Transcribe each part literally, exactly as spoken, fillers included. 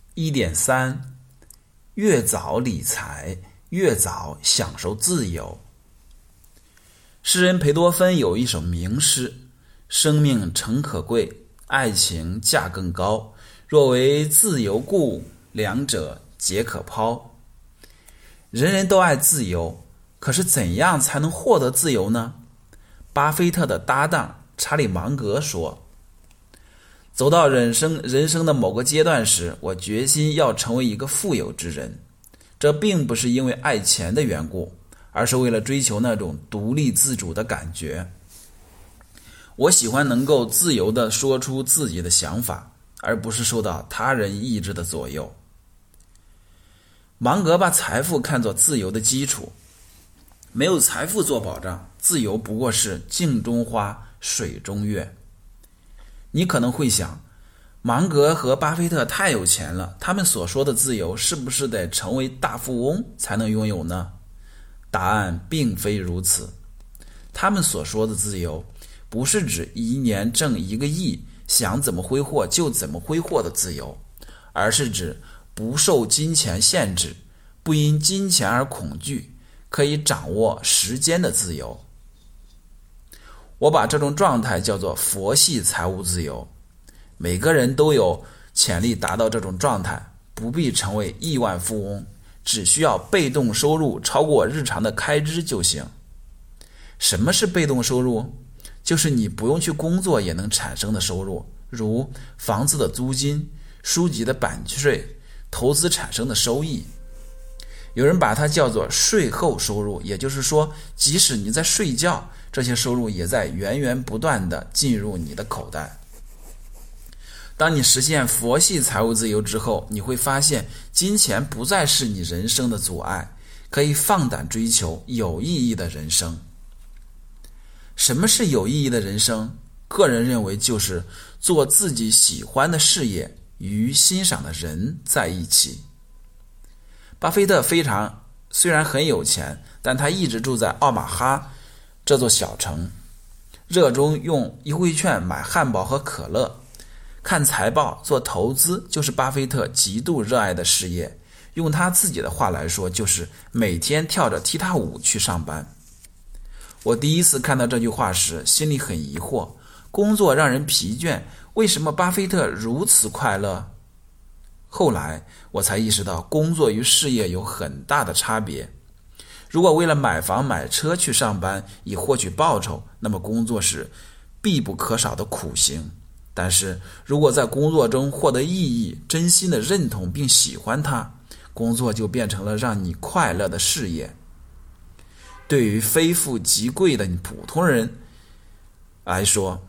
一点三，越早理财，越早享受自由。诗人裴多芬有一首名诗：生命诚可贵，爱情价更高。若为自由故，两者皆可抛。人人都爱自由，可是怎样才能获得自由呢？巴菲特的搭档查理芒格说，走到人生人生的某个阶段时，我决心要成为一个富有之人。这并不是因为爱钱的缘故，而是为了追求那种独立自主的感觉。我喜欢能够自由地说出自己的想法，而不是受到他人意志的左右。芒格把财富看作自由的基础，没有财富做保障，自由不过是镜中花，水中月。你可能会想，芒格和巴菲特太有钱了，他们所说的自由是不是得成为大富翁才能拥有呢？答案并非如此。他们所说的自由，不是指一年挣一个亿，想怎么挥霍就怎么挥霍的自由，而是指不受金钱限制，不因金钱而恐惧，可以掌握时间的自由。我把这种状态叫做佛系财务自由。每个人都有潜力达到这种状态，不必成为亿万富翁，只需要被动收入超过日常的开支就行。什么是被动收入？就是你不用去工作也能产生的收入，如房子的租金、书籍的版税、投资产生的收益。有人把它叫做税后收入，也就是说，即使你在睡觉，这些收入也在源源不断地进入你的口袋。当你实现佛系财务自由之后，你会发现金钱不再是你人生的阻碍，可以放胆追求有意义的人生。什么是有意义的人生？个人认为就是做自己喜欢的事业，与欣赏的人在一起。巴菲特非常虽然很有钱，但他一直住在奥马哈这座小城，热衷用优惠券买汉堡和可乐。看财报、做投资就是巴菲特极度热爱的事业，用他自己的话来说，就是每天跳着踢踏舞去上班。我第一次看到这句话时，心里很疑惑，工作让人疲倦，为什么巴菲特如此快乐？后来我才意识到，工作与事业有很大的差别。如果为了买房买车去上班以获取报酬，那么工作是必不可少的苦行。但是如果在工作中获得意义，真心的认同并喜欢它，工作就变成了让你快乐的事业。对于非富即贵的普通人来说，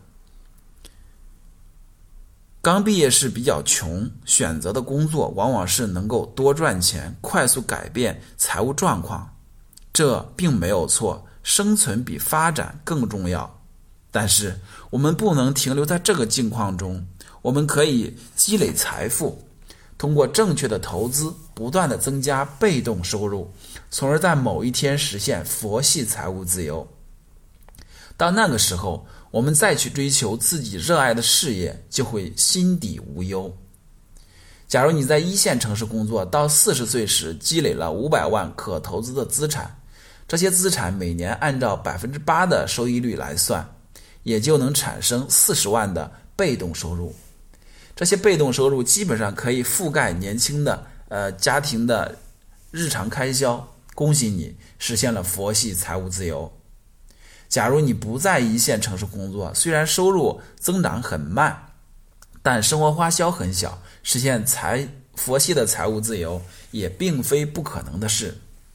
刚毕业时比较穷，选择的工作往往是能够多赚钱，快速改变财务状况。这并没有错，生存比发展更重要。但是我们不能停留在这个境况中，我们可以积累财富，通过正确的投资不断地增加被动收入，从而在某一天实现佛系财务自由。到那个时候，我们再去追求自己热爱的事业，就会心底无忧。假如你在一线城市工作，到四十岁时积累了五百万可投资的资产，这些资产每年按照 百分之八 的收益率来算，也就能产生四十万的被动收入。这些被动收入基本上可以覆盖年轻的呃家庭的日常开销。恭喜你实现了佛系财务自由。假如你不在一线城市工作，虽然收入增长很慢，但生活花销很小，实现财佛系的财务自由也并非不可能的事。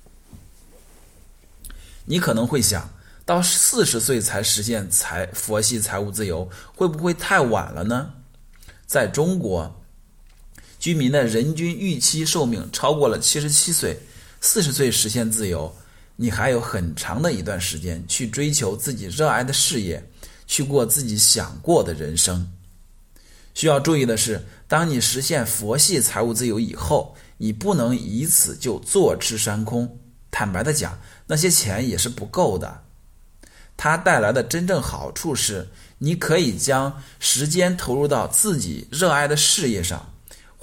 你可能会想，到四十岁才实现财佛系财务自由，会不会太晚了呢？在中国，居民的人均预期寿命超过了七十七岁，四十岁实现自由，你还有很长的一段时间去追求自己热爱的事业，去过自己想过的人生。需要注意的是，当你实现佛系财务自由以后，你不能以此就坐吃山空。坦白的讲，那些钱也是不够的。它带来的真正好处是，你可以将时间投入到自己热爱的事业上，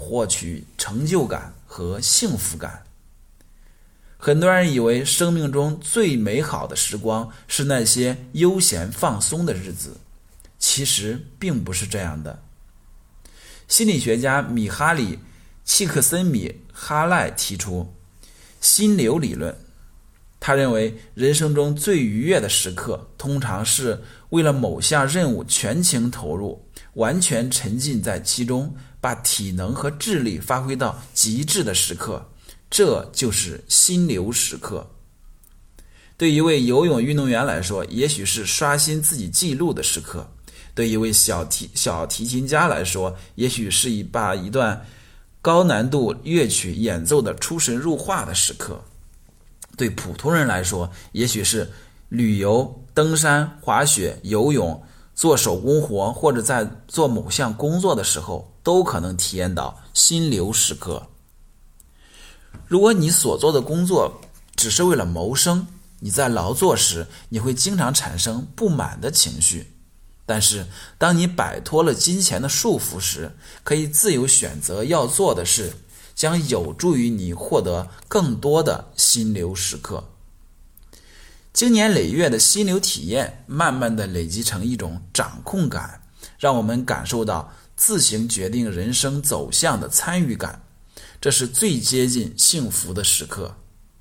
获取成就感和幸福感。很多人以为生命中最美好的时光是那些悠闲放松的日子，其实并不是这样的。心理学家米哈里·契克森米哈赖提出心流理论，他认为人生中最愉悦的时刻通常是为了某项任务全情投入，完全沉浸在其中，把体能和智力发挥到极致的时刻，这就是心流时刻。对一位游泳运动员来说，也许是刷新自己记录的时刻；对一位小提小提琴家来说，也许是一把一段高难度乐曲演奏的出神入化的时刻；对普通人来说，也许是旅游、登山、滑雪、游泳、做手工活，或者在做某项工作的时候，都可能体验到心流时刻。如果你所做的工作只是为了谋生，你在劳作时，你会经常产生不满的情绪。但是当你摆脱了金钱的束缚时，可以自由选择要做的事，将有助于你获得更多的心流时刻。经年累月的心流体验慢慢地累积成一种掌控感，让我们感受到自行决定人生走向的参与感，这是最接近幸福的时刻。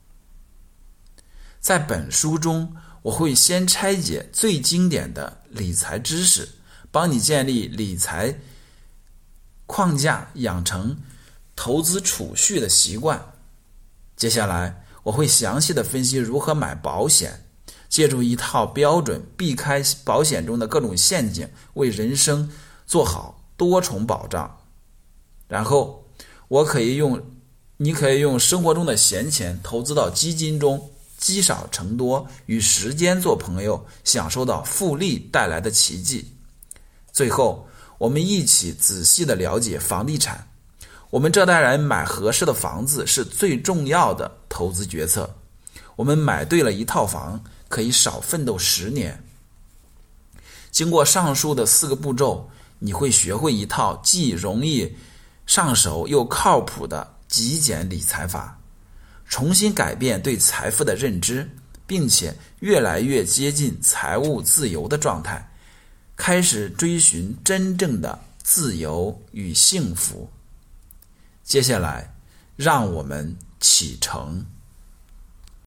在本书中，我会先拆解最经典的理财知识，帮你建立理财框架，养成投资储蓄的习惯。接下来我会详细的分析如何买保险，借助一套标准避开保险中的各种陷阱，为人生做好多重保障。然后我可以用你可以用生活中的闲钱投资到基金中，积少成多，与时间做朋友，享受到复利带来的奇迹。最后，我们一起仔细地了解房地产。我们这代人买合适的房子是最重要的投资决策。我们买对了一套房，可以少奋斗十年。经过上述的四个步骤，你会学会一套既容易上手又靠谱的极简理财法，重新改变对财富的认知，并且越来越接近财务自由的状态，开始追寻真正的自由与幸福。接下来，让我们启程。